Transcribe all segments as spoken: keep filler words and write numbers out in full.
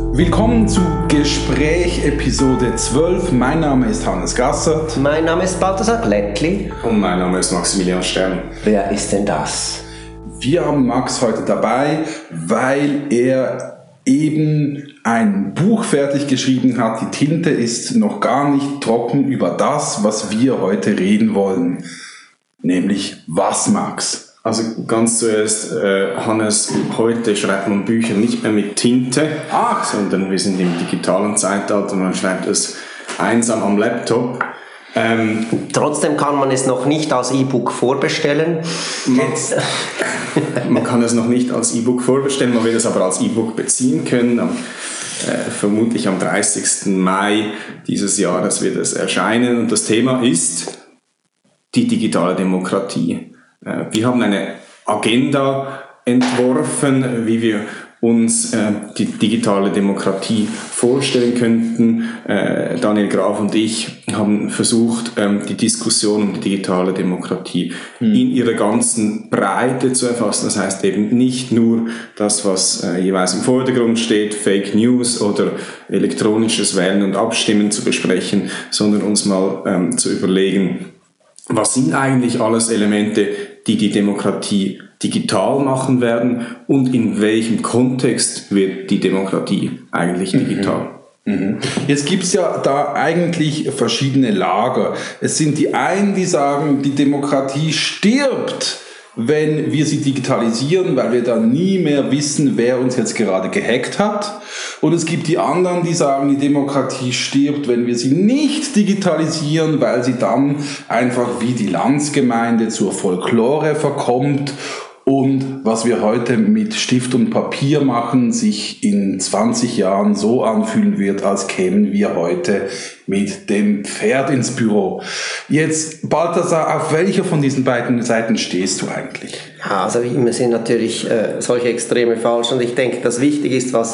Willkommen zu Gespräch Episode zwölf. Mein Name ist Hannes Gassert. Mein Name ist Balthasar Glättli. Und mein Name ist Maximilian Stern. Wer ist denn das? Wir haben Max heute dabei, weil er eben ein Buch fertig geschrieben hat. Die Tinte ist noch gar nicht trocken über das, was wir heute reden wollen. Nämlich was, Max? Also ganz zuerst, äh, Hannes, heute schreibt man Bücher nicht mehr mit Tinte, Ach. sondern wir sind im digitalen Zeitalter, man schreibt es einsam am Laptop. Ähm, Trotzdem kann man es noch nicht als E-Book vorbestellen. man, man kann es noch nicht als E-Book vorbestellen, man wird es aber als E-Book beziehen können. Am, äh, vermutlich am dreißigsten Mai dieses Jahres wird es erscheinen und das Thema ist die digitale Demokratie. Wir haben eine Agenda entworfen, wie wir uns äh, die digitale Demokratie vorstellen könnten. Äh, Daniel Graf und ich haben versucht, ähm, die Diskussion um die digitale Demokratie hm. in ihrer ganzen Breite zu erfassen. Das heißt eben nicht nur das, was äh, jeweils im Vordergrund steht, Fake News oder elektronisches Wählen und Abstimmen zu besprechen, sondern uns mal ähm, zu überlegen, was sind eigentlich alles Elemente, die die Demokratie digital machen werden und in welchem Kontext wird die Demokratie eigentlich digital? Mhm. Jetzt gibt es ja da eigentlich verschiedene Lager. Es sind die einen, die sagen, die Demokratie stirbt, wenn wir sie digitalisieren, weil wir dann nie mehr wissen, wer uns jetzt gerade gehackt hat. Und es gibt die anderen, die sagen, die Demokratie stirbt, wenn wir sie nicht digitalisieren, weil sie dann einfach wie die Landsgemeinde zur Folklore verkommt und was wir heute mit Stift und Papier machen, sich in zwanzig Jahren so anfühlen wird, als kämen wir heute mit dem Pferd ins Büro. Jetzt, Balthasar, auf welcher von diesen beiden Seiten stehst du eigentlich? Ja, also wie immer sind natürlich äh, solche Extreme falsch und ich denke, das Wichtige ist, was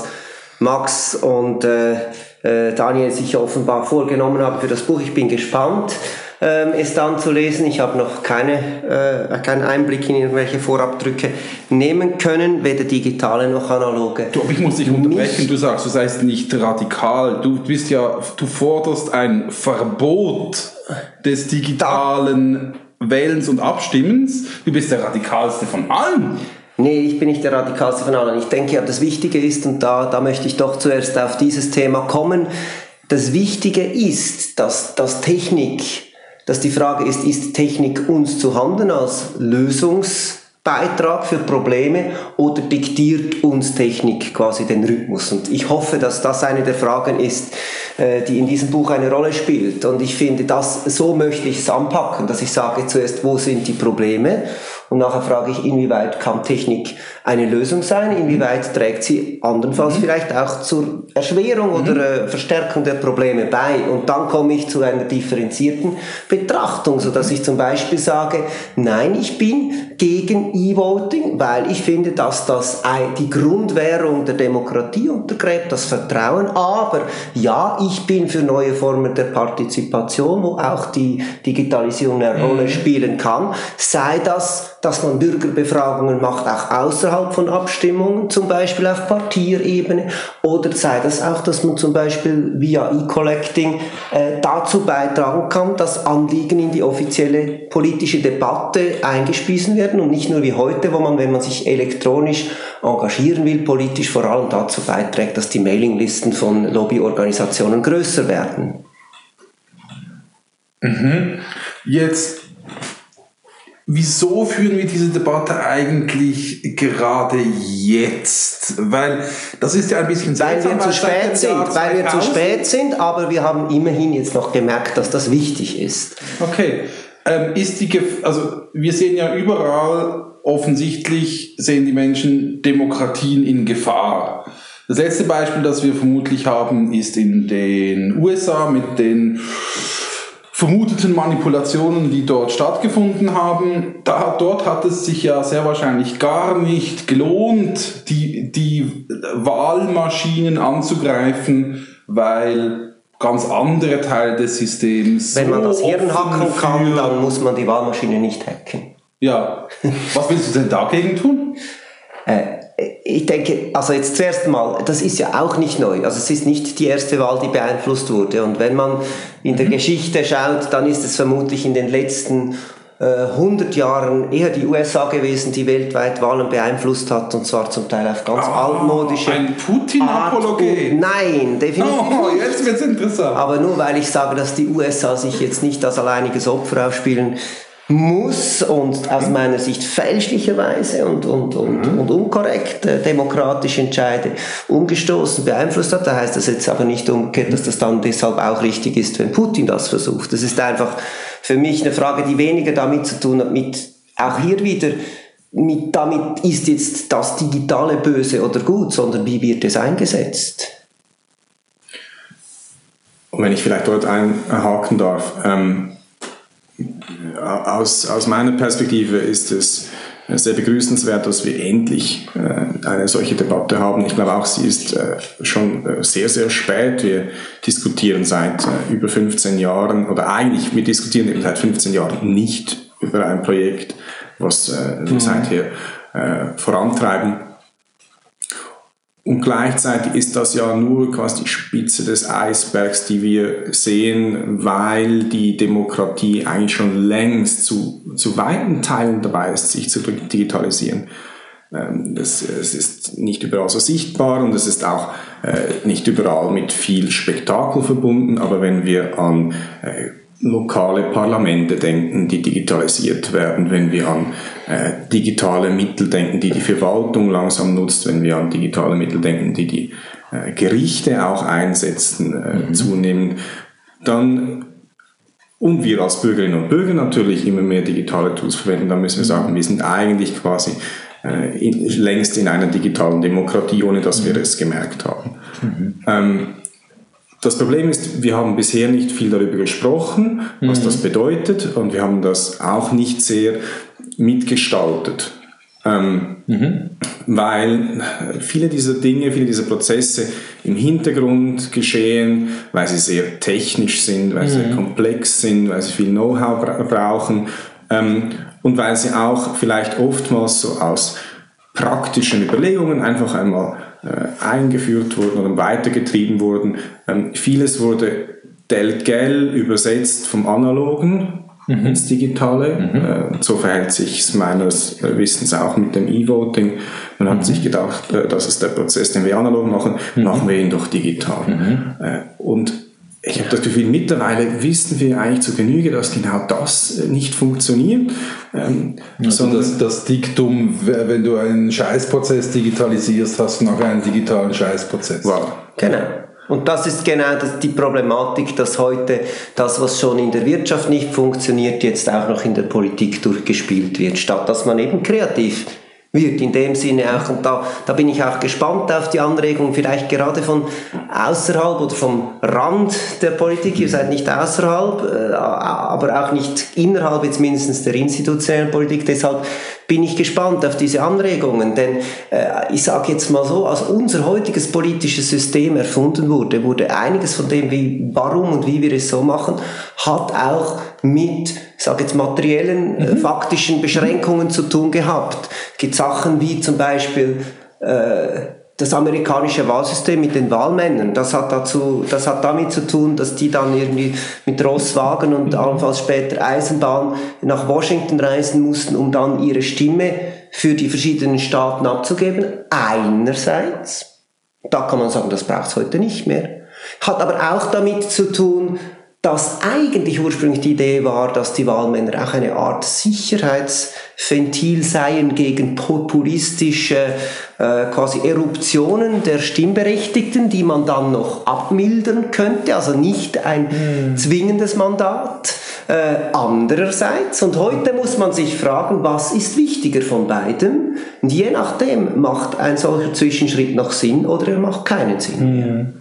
Max und äh, äh, Daniel sich offenbar vorgenommen haben für das Buch. Ich bin gespannt, ähm, es dann zu lesen. Ich habe noch keine, äh, keinen Einblick in irgendwelche Vorabdrücke nehmen können, weder digitale noch analoge. Du, aber ich muss dich unterbrechen, du sagst, du seist nicht radikal. Du bist ja, du forderst ein Verbot des digitalen Wählens und Abstimmens. Du bist der radikalste von allen. Nee, ich bin nicht der radikalste von allen. Ich denke, ja, das Wichtige ist, und da, da möchte ich doch zuerst auf dieses Thema kommen, das Wichtige ist, dass, dass Technik, dass die Frage ist, ist Technik uns zu Handen als Lösungsbeitrag für Probleme oder diktiert uns Technik quasi den Rhythmus? Und ich hoffe, dass das eine der Fragen ist, die in diesem Buch eine Rolle spielt. Und ich finde, das, so möchte ich es anpacken, dass ich sage zuerst, wo sind die Probleme? Und nachher frage ich, inwieweit kann Technik eine Lösung sein? Inwieweit trägt sie andernfalls mhm. vielleicht auch zur Erschwerung mhm. oder äh, Verstärkung der Probleme bei? Und dann komme ich zu einer differenzierten Betrachtung, sodass ich zum Beispiel sage, nein, ich bin gegen E-Voting, weil ich finde, dass das die Grundwährung der Demokratie untergräbt, das Vertrauen. Aber ja, ich bin für neue Formen der Partizipation, wo auch die Digitalisierung eine mhm. Rolle spielen kann. Sei das, dass man Bürgerbefragungen macht, auch außerhalb von Abstimmungen, zum Beispiel auf Partierebene, oder sei das auch, dass man zum Beispiel via E-Collecting äh, dazu beitragen kann, dass Anliegen in die offizielle politische Debatte eingespiesen werden und nicht nur wie heute, wo man, wenn man sich elektronisch engagieren will, politisch vor allem dazu beiträgt, dass die Mailinglisten von Lobbyorganisationen größer werden. Mhm. Jetzt wieso führen wir diese Debatte eigentlich gerade jetzt? Weil das ist ja ein bisschen seltsam, weil wir zu spät sind, weil wir zu spät sind, aber wir haben immerhin jetzt noch gemerkt, dass das wichtig ist. Okay, ähm, ist die Gef- also wir sehen ja überall, offensichtlich sehen die Menschen Demokratien in Gefahr. Das letzte Beispiel, das wir vermutlich haben, ist in den U S A mit den vermuteten Manipulationen, die dort stattgefunden haben. Da, dort hat es sich ja sehr wahrscheinlich gar nicht gelohnt, die, die Wahlmaschinen anzugreifen, weil ganz andere Teile des Systems. Wenn man so das Hirn hacken für, kann, dann muss man die Wahlmaschine nicht hacken. Ja. Was willst du denn dagegen tun? Äh, ich denke, also jetzt zuerst mal, das ist ja auch nicht neu. Also es ist nicht die erste Wahl, die beeinflusst wurde. Und wenn man in der Geschichte schaut, dann ist es vermutlich in den letzten hundert Jahren eher die U S A gewesen, die weltweit Wahlen beeinflusst hat, und zwar zum Teil auf ganz oh, altmodische ein Putin-Apologet? Nein, definitiv oh, nicht. Jetzt wird's interessant. Aber nur weil ich sage, dass die U S A sich jetzt nicht als alleiniges Opfer aufspielen muss und aus meiner Sicht fälschlicherweise und, und, und, mhm. und unkorrekt äh, demokratische Entscheide umgestoßen, beeinflusst hat. Da heißt das jetzt aber nicht umgekehrt, dass das dann deshalb auch richtig ist, wenn Putin das versucht. Das ist einfach für mich eine Frage, die weniger damit zu tun hat, mit, auch hier wieder, mit, damit ist jetzt das Digitale böse oder gut, sondern wie wird es eingesetzt? Und wenn ich vielleicht dort einhaken darf, ähm, Aus, aus meiner Perspektive ist es sehr begrüßenswert, dass wir endlich äh, eine solche Debatte haben. Ich glaube auch, sie ist äh, schon äh, sehr, sehr spät. Wir diskutieren seit äh, über fünfzehn Jahren, oder eigentlich, wir diskutieren eben seit fünfzehn Jahren nicht über ein Projekt, was äh, wir mhm. seither äh, vorantreiben. Und gleichzeitig ist das ja nur quasi die Spitze des Eisbergs, die wir sehen, weil die Demokratie eigentlich schon längst zu, zu weiten Teilen dabei ist, sich zu digitalisieren. Das, es ist nicht überall so sichtbar und es ist auch äh, nicht überall mit viel Spektakel verbunden, aber wenn wir an äh, lokale Parlamente denken, die digitalisiert werden, wenn wir an äh, digitale Mittel denken, die die Verwaltung langsam nutzt, wenn wir an digitale Mittel denken, die die äh, Gerichte auch einsetzen, äh, mhm. zunehmend, dann, und wir als Bürgerinnen und Bürger natürlich immer mehr digitale Tools verwenden, dann müssen wir sagen, wir sind eigentlich quasi äh, in, längst in einer digitalen Demokratie, ohne dass mhm. wir es gemerkt haben. Mhm. Ähm, Das Problem ist, wir haben bisher nicht viel darüber gesprochen, was mhm. das bedeutet, und wir haben das auch nicht sehr mitgestaltet. Ähm, mhm. Weil viele dieser Dinge, viele dieser Prozesse im Hintergrund geschehen, weil sie sehr technisch sind, weil mhm. sie sehr komplex sind, weil sie viel Know-how bra- brauchen ähm, und weil sie auch vielleicht oftmals so aus praktischen Überlegungen einfach einmal eingeführt wurden oder weitergetrieben wurden. Ähm, vieles wurde telquel übersetzt vom Analogen mhm. ins Digitale. Mhm. Äh, so verhält sich meines Wissens auch mit dem E-Voting. Man hat mhm. sich gedacht, äh, das ist der Prozess, den wir analog machen, mhm. machen wir ihn doch digital. Mhm. Äh, und ich habe das Gefühl, mittlerweile wissen wir eigentlich zu Genüge, dass genau das nicht funktioniert. Ähm, also das, das Diktum, wenn du einen Scheißprozess digitalisierst, hast du nachher einen digitalen Scheißprozess. Wow. Genau. Und das ist genau das, die Problematik, dass heute das, was schon in der Wirtschaft nicht funktioniert, jetzt auch noch in der Politik durchgespielt wird, statt dass man eben kreativ wird in dem Sinne auch, und da, da bin ich auch gespannt auf die Anregungen, vielleicht gerade von außerhalb oder vom Rand der Politik. Ihr seid nicht außerhalb, äh, aber auch nicht innerhalb jetzt mindestens der institutionellen Politik, deshalb bin ich gespannt auf diese Anregungen, denn äh, ich sage jetzt mal so, als unser heutiges politisches System erfunden wurde, wurde einiges von dem, wie, warum und wie wir es so machen, hat auch mit, ich sage jetzt, materiellen, äh, mhm. faktischen Beschränkungen zu tun gehabt. Es gibt Sachen wie zum Beispiel äh, das amerikanische Wahlsystem mit den Wahlmännern. Das hat dazu, das hat damit zu tun, dass die dann irgendwie mit Rosswagen und mhm. allenfalls später Eisenbahn nach Washington reisen mussten, um dann ihre Stimme für die verschiedenen Staaten abzugeben. Einerseits, da kann man sagen, das braucht es heute nicht mehr. Hat aber auch damit zu tun, dass eigentlich ursprünglich die Idee war, dass die Wahlmänner auch eine Art Sicherheitsventil seien gegen populistische äh, quasi Eruptionen der Stimmberechtigten, die man dann noch abmildern könnte, also nicht ein mm. zwingendes Mandat. Äh, andererseits, und heute muss man sich fragen, was ist wichtiger von beidem? Und je nachdem macht ein solcher Zwischenschritt noch Sinn oder er macht keinen Sinn mehr. Mm.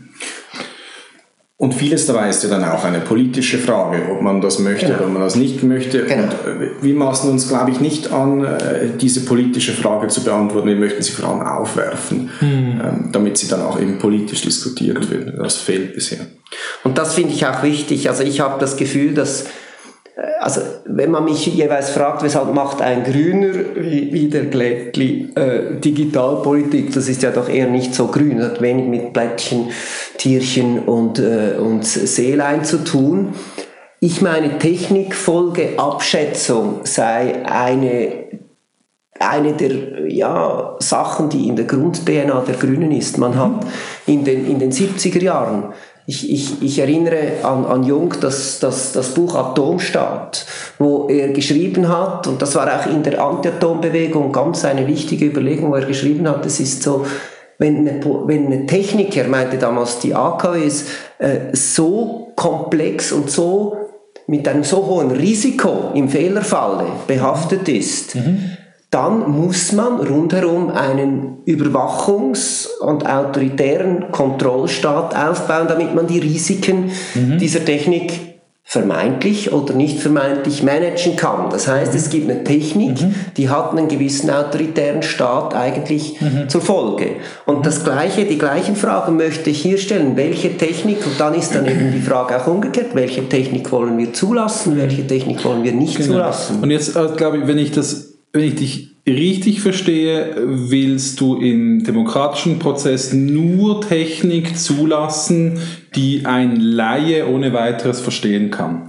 Und vieles dabei ist ja dann auch eine politische Frage, ob man das möchte genau. oder ob man das nicht möchte. Genau. Und wir maßen uns, glaube ich, nicht an, diese politische Frage zu beantworten. Wir möchten sie vor allem aufwerfen, mhm. damit sie dann auch eben politisch diskutiert wird. Das fehlt bisher. Und das finde ich auch wichtig. Also ich habe das Gefühl, dass also wenn man mich jeweils fragt, weshalb macht ein Grüner wie, wie der Glättli äh, Digitalpolitik, das ist ja doch eher nicht so grün, hat wenig mit Blättchen, Tierchen und, äh, und Seelein zu tun. Ich meine, Technikfolgeabschätzung sei eine, eine der ja, Sachen, die in der Grund-D N A der Grünen ist. Man hat in den, in den siebziger Jahren, ich, ich, ich erinnere an, an Jung das, das, das Buch Atomstaat, wo er geschrieben hat, und das war auch in der Anti-Atom-Bewegung ganz eine wichtige Überlegung, wo er geschrieben hat, es ist so, wenn eine, wenn eine Techniker, meinte damals die A K Ws, äh, so komplex und so mit einem so hohen Risiko im Fehlerfalle behaftet ist, mhm. dann muss man rundherum einen Überwachungs- und autoritären Kontrollstaat aufbauen, damit man die Risiken mhm. dieser Technik vermeintlich oder nicht vermeintlich managen kann. Das heißt, mhm. es gibt eine Technik, mhm. die hat einen gewissen autoritären Staat eigentlich mhm. zur Folge. Und das Gleiche, die gleichen Fragen möchte ich hier stellen. Welche Technik, und dann ist dann eben die Frage auch umgekehrt, welche Technik wollen wir zulassen, welche Technik wollen wir nicht genau. zulassen? Und jetzt, äh, glaube ich, wenn ich das, wenn ich dich richtig verstehe, willst du im demokratischen Prozess nur Technik zulassen, die ein Laie ohne weiteres verstehen kann?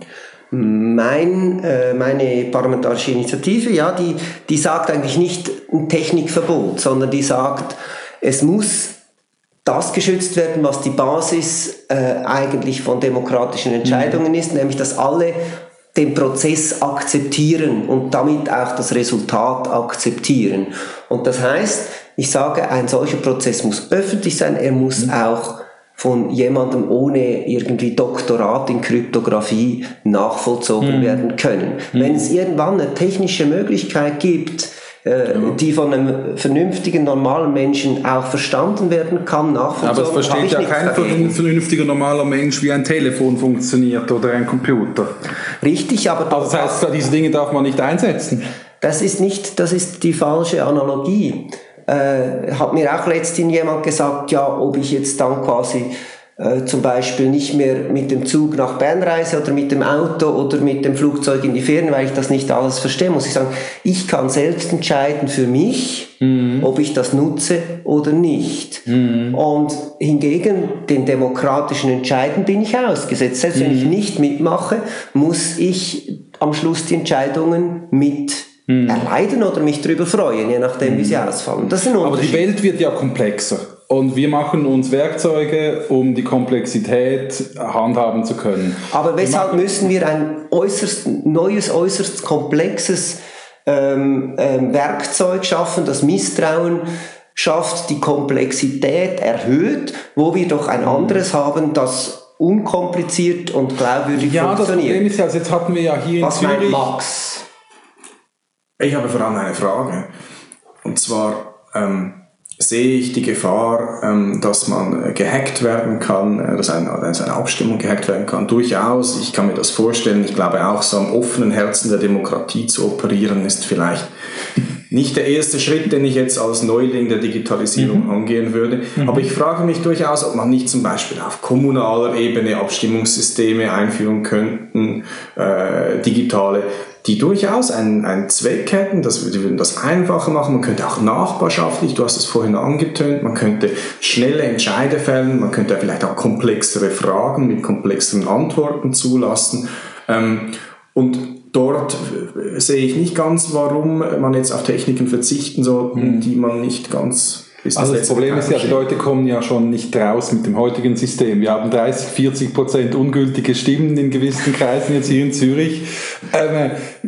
Mein, äh, meine parlamentarische Initiative, ja, die, die sagt eigentlich nicht ein Technikverbot, sondern die sagt, es muss das geschützt werden, was die Basis äh, eigentlich von demokratischen Entscheidungen mhm. ist, nämlich dass alle den Prozess akzeptieren und damit auch das Resultat akzeptieren. Und das heißt, ich sage, ein solcher Prozess muss öffentlich sein, er muss mhm. auch von jemandem ohne irgendwie Doktorat in Kryptographie nachvollzogen mhm. werden können. Mhm. Wenn es irgendwann eine technische Möglichkeit gibt, äh, ja. die von einem vernünftigen, normalen Menschen auch verstanden werden kann, nachvollzogen. Aber es versteht ja kein dagegen. vernünftiger, normaler Mensch, wie ein Telefon funktioniert oder ein Computer. Richtig, aber... Also das heißt, diese Dinge darf man nicht einsetzen. Das ist nicht, das ist die falsche Analogie. Äh, hat mir auch letztens jemand gesagt, ja, ob ich jetzt dann quasi äh, zum Beispiel nicht mehr mit dem Zug nach Bern reise oder mit dem Auto oder mit dem Flugzeug in die Ferien, weil ich das nicht alles verstehe, muss ich sagen, ich kann selbst entscheiden für mich, mhm. ob ich das nutze oder nicht. Mhm. Und hingegen den demokratischen Entscheiden bin ich ausgesetzt. Selbst mhm. wenn ich nicht mitmache, muss ich am Schluss die Entscheidungen mit Hm. erleiden oder mich darüber freuen, je nachdem, hm. wie sie ausfallen. Das ist ein Aber die Welt wird ja komplexer und wir machen uns Werkzeuge, um die Komplexität handhaben zu können. Aber weshalb wir müssen wir ein äußerst neues, äußerst komplexes ähm, ähm, Werkzeug schaffen, das Misstrauen schafft, die Komplexität erhöht, wo wir doch ein anderes haben, das unkompliziert und glaubwürdig ja, funktioniert. Ja, das Problem ist ja, also jetzt hatten wir ja hier in Was Zürich... meint Max? Ich habe vor allem eine Frage. Und zwar ähm, sehe ich die Gefahr, ähm, dass man äh, gehackt werden kann, äh, dass, eine, dass eine Abstimmung gehackt werden kann. Durchaus, ich kann mir das vorstellen. Ich glaube auch, so am offenen Herzen der Demokratie zu operieren, ist vielleicht nicht der erste Schritt, den ich jetzt als Neuling der Digitalisierung mhm. angehen würde. Mhm. Aber ich frage mich durchaus, ob man nicht zum Beispiel auf kommunaler Ebene Abstimmungssysteme einführen könnten, äh, digitale, die durchaus einen, einen Zweck hätten, dass wir, die würden das einfacher machen. Man könnte auch nachbarschaftlich, du hast es vorhin angetönt, man könnte schnelle Entscheide fällen, man könnte vielleicht auch komplexere Fragen mit komplexeren Antworten zulassen. Ähm, und dort sehe ich nicht ganz, warum man jetzt auf Techniken verzichten sollte, mhm. die man nicht ganz... Das also das Problem ist ja, die Leute kommen ja schon nicht raus mit dem heutigen System. Wir haben dreißig, vierzig Prozent ungültige Stimmen in gewissen Kreisen jetzt hier in Zürich. Ähm,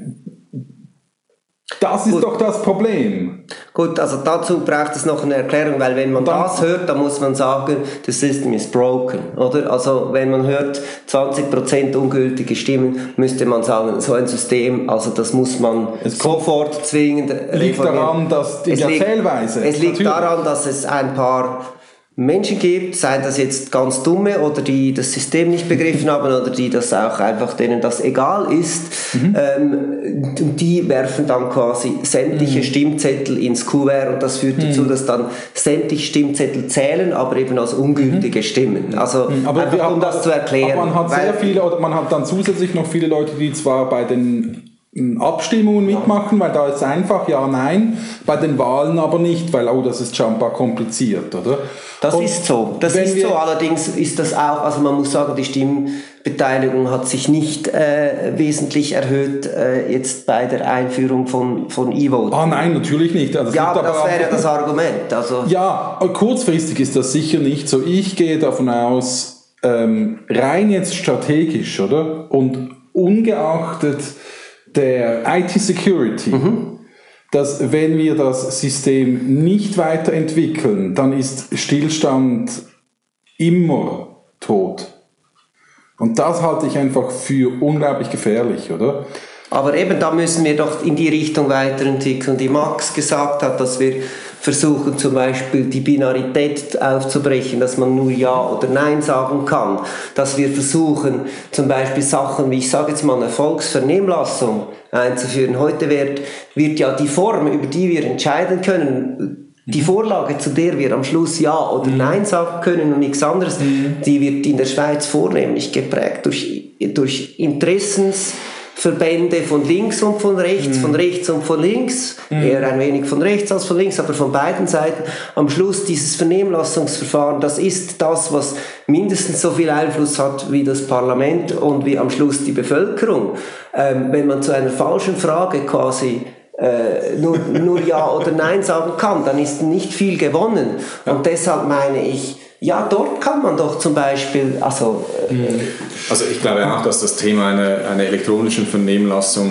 das ist Gut. doch das Problem. Gut, also dazu braucht es noch eine Erklärung, weil wenn man dann, das hört, dann muss man sagen, the system is broken, oder? Also wenn man hört zwanzig Prozent ungültige Stimmen, müsste man sagen, so ein System, also das muss man es sofort zwingend reformieren. Liegt daran, dass die es liegt, Zählweise... Es liegt natürlich. daran, dass es ein paar Menschen gibt, seien das jetzt ganz dumme oder die das System nicht begriffen haben oder die das auch einfach, denen das egal ist, mhm. ähm, und die werfen dann quasi sämtliche mhm. Stimmzettel ins Kuvert und das führt mhm. dazu, dass dann sämtliche Stimmzettel zählen, aber eben als ungültige mhm. Stimmen. Also mhm. aber einfach, um das zu erklären. Aber man hat sehr viele, oder man hat dann zusätzlich noch viele Leute, die zwar bei den Abstimmungen mitmachen, weil da ist einfach ja, nein, bei den Wahlen aber nicht, weil oh, das ist scheinbar kompliziert, oder? Das und ist so, das ist so, allerdings ist das auch, also man muss sagen, die Stimmbeteiligung hat sich nicht äh, wesentlich erhöht äh, jetzt bei der Einführung von, von E-Voting. Ah nein, natürlich nicht. Also ja, aber das wäre ja das Argument. Also ja, kurzfristig ist das sicher nicht so. Ich gehe davon aus, ähm, rein jetzt strategisch, oder? Und ungeachtet der I T-Security, mhm. dass wenn wir das System nicht weiterentwickeln, dann ist Stillstand immer tot. Und das halte ich einfach für unglaublich gefährlich, oder? Aber eben, da müssen wir doch in die Richtung weiterentwickeln, die Max gesagt hat, dass wir versuchen zum Beispiel die Binarität aufzubrechen, dass man nur Ja oder Nein sagen kann, dass wir versuchen zum Beispiel Sachen wie, ich sage jetzt mal, eine Volksvernehmlassung einzuführen. Heute wird, wird ja die Form, über die wir entscheiden können, die Vorlage, zu der wir am Schluss Ja oder Nein sagen können und nichts anderes, die wird in der Schweiz vornehmlich geprägt durch, durch Interessens Verbände von links und von rechts, mm. von rechts und von links, mm. eher ein wenig von rechts als von links, aber von beiden Seiten. Am Schluss dieses Vernehmlassungsverfahren, das ist das, was mindestens so viel Einfluss hat wie das Parlament und wie am Schluss die Bevölkerung. Ähm, wenn man zu einer falschen Frage quasi äh, nur, nur Ja oder Nein sagen kann, dann ist nicht viel gewonnen. Ja. Und deshalb meine ich, ja, dort kann man doch zum Beispiel, also... Äh, also ich glaube auch, dass das Thema einer, einer elektronischen Vernehmlassung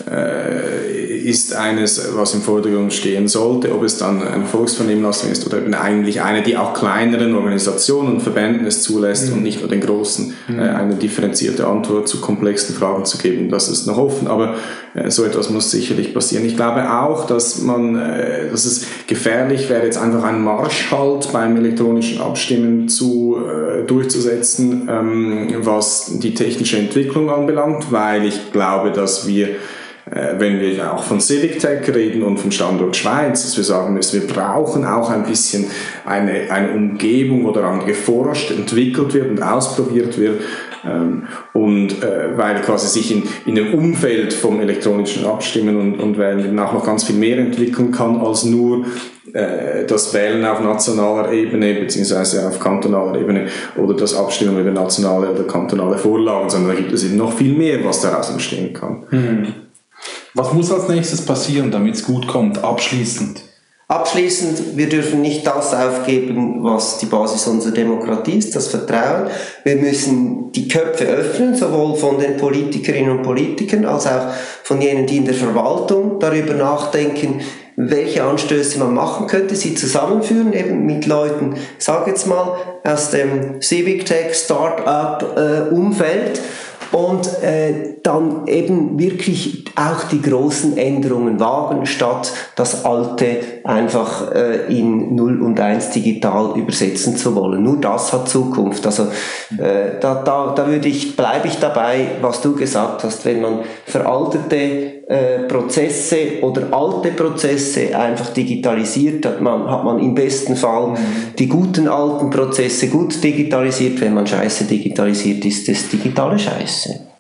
äh, ist eines, was im Vordergrund stehen sollte, ob es dann eine Volksvernehmlassung ist oder eigentlich eine, die auch kleineren Organisationen und Verbänden es zulässt mhm. und nicht nur den großen, mhm. äh, eine differenzierte Antwort zu komplexen Fragen zu geben. Das ist noch offen, aber äh, so etwas muss sicherlich passieren. Ich glaube auch, dass man, äh, dass es gefährlich wäre, jetzt einfach einen Marschhalt beim elektronischen Abstimmen zu, äh, durchzusetzen, ähm, was die technische Entwicklung anbelangt, weil ich glaube, dass wir, äh, wenn wir auch von CivicTech reden und vom Standort Schweiz, dass wir sagen müssen, wir brauchen auch ein bisschen eine, eine Umgebung, wo daran geforscht, entwickelt wird und ausprobiert wird, ähm, und äh, weil quasi sich in, in dem Umfeld vom elektronischen Abstimmen und, und Wählen auch noch ganz viel mehr entwickeln kann als nur das Wählen auf nationaler Ebene beziehungsweise auf kantonaler Ebene oder das Abstimmen über nationale oder kantonale Vorlagen, sondern da gibt es eben noch viel mehr, was daraus entstehen kann. Hm. Was muss als nächstes passieren, damit es gut kommt, abschließend? Abschließend, wir dürfen nicht das aufgeben, was die Basis unserer Demokratie ist, das Vertrauen. Wir müssen die Köpfe öffnen, sowohl von den Politikerinnen und Politikern als auch von jenen, die in der Verwaltung darüber nachdenken, welche Anstöße man machen könnte, sie zusammenführen, eben mit Leuten, ich sage jetzt mal, aus dem Civic-Tech, Start-up-Umfeld und äh, dann eben wirklich auch die großen Änderungen wagen, statt das Alte einfach äh, in null und eins digital übersetzen zu wollen. Nur das hat Zukunft. Also äh, da, da, da würde ich, bleibe ich dabei, was du gesagt hast, wenn man veraltete äh, Prozesse oder alte Prozesse einfach digitalisiert, hat man, hat man im besten Fall mhm. die guten alten Prozesse gut digitalisiert. Wenn man Scheiße digitalisiert, ist das digitale Scheiße.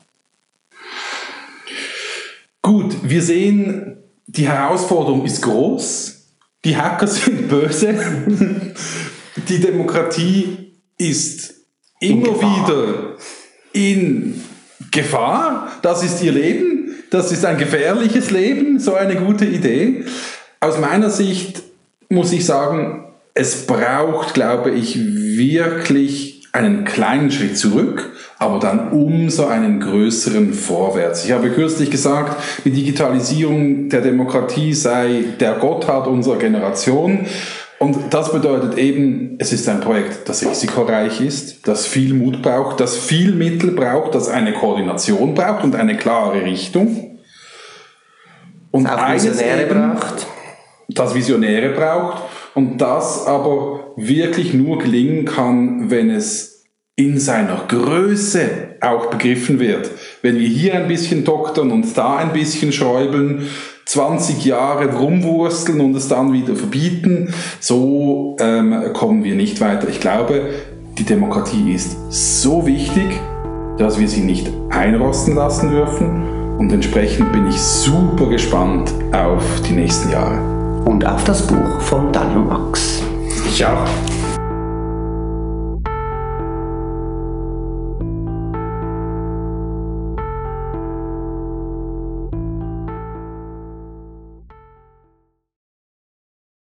Gut, wir sehen, die Herausforderung ist groß, die Hacker sind böse, die Demokratie ist immer in wieder in Gefahr, das ist ihr Leben, das ist ein gefährliches Leben, so eine gute Idee. Aus meiner Sicht muss ich sagen, es braucht, glaube ich, wirklich einen kleinen Schritt zurück, aber dann umso einen größeren vorwärts. Ich habe kürzlich gesagt, die Digitalisierung der Demokratie sei der Gotthard unserer Generation. Und das bedeutet eben, es ist ein Projekt, das risikoreich ist, das viel Mut braucht, das viel Mittel braucht, das eine Koordination braucht und eine klare Richtung. Und auch Visionäre braucht. Das Visionäre braucht. und das aber wirklich nur gelingen kann, wenn es in seiner Größe auch begriffen wird. Wenn wir hier ein bisschen doktern und da ein bisschen schräubeln, zwanzig Jahre rumwursteln und es dann wieder verbieten, so ähm, kommen wir nicht weiter. Ich glaube, die Demokratie ist so wichtig, dass wir sie nicht einrosten lassen dürfen, und entsprechend bin ich super gespannt auf die nächsten Jahre. Und auf das Buch von Daniel Max. Ich auch.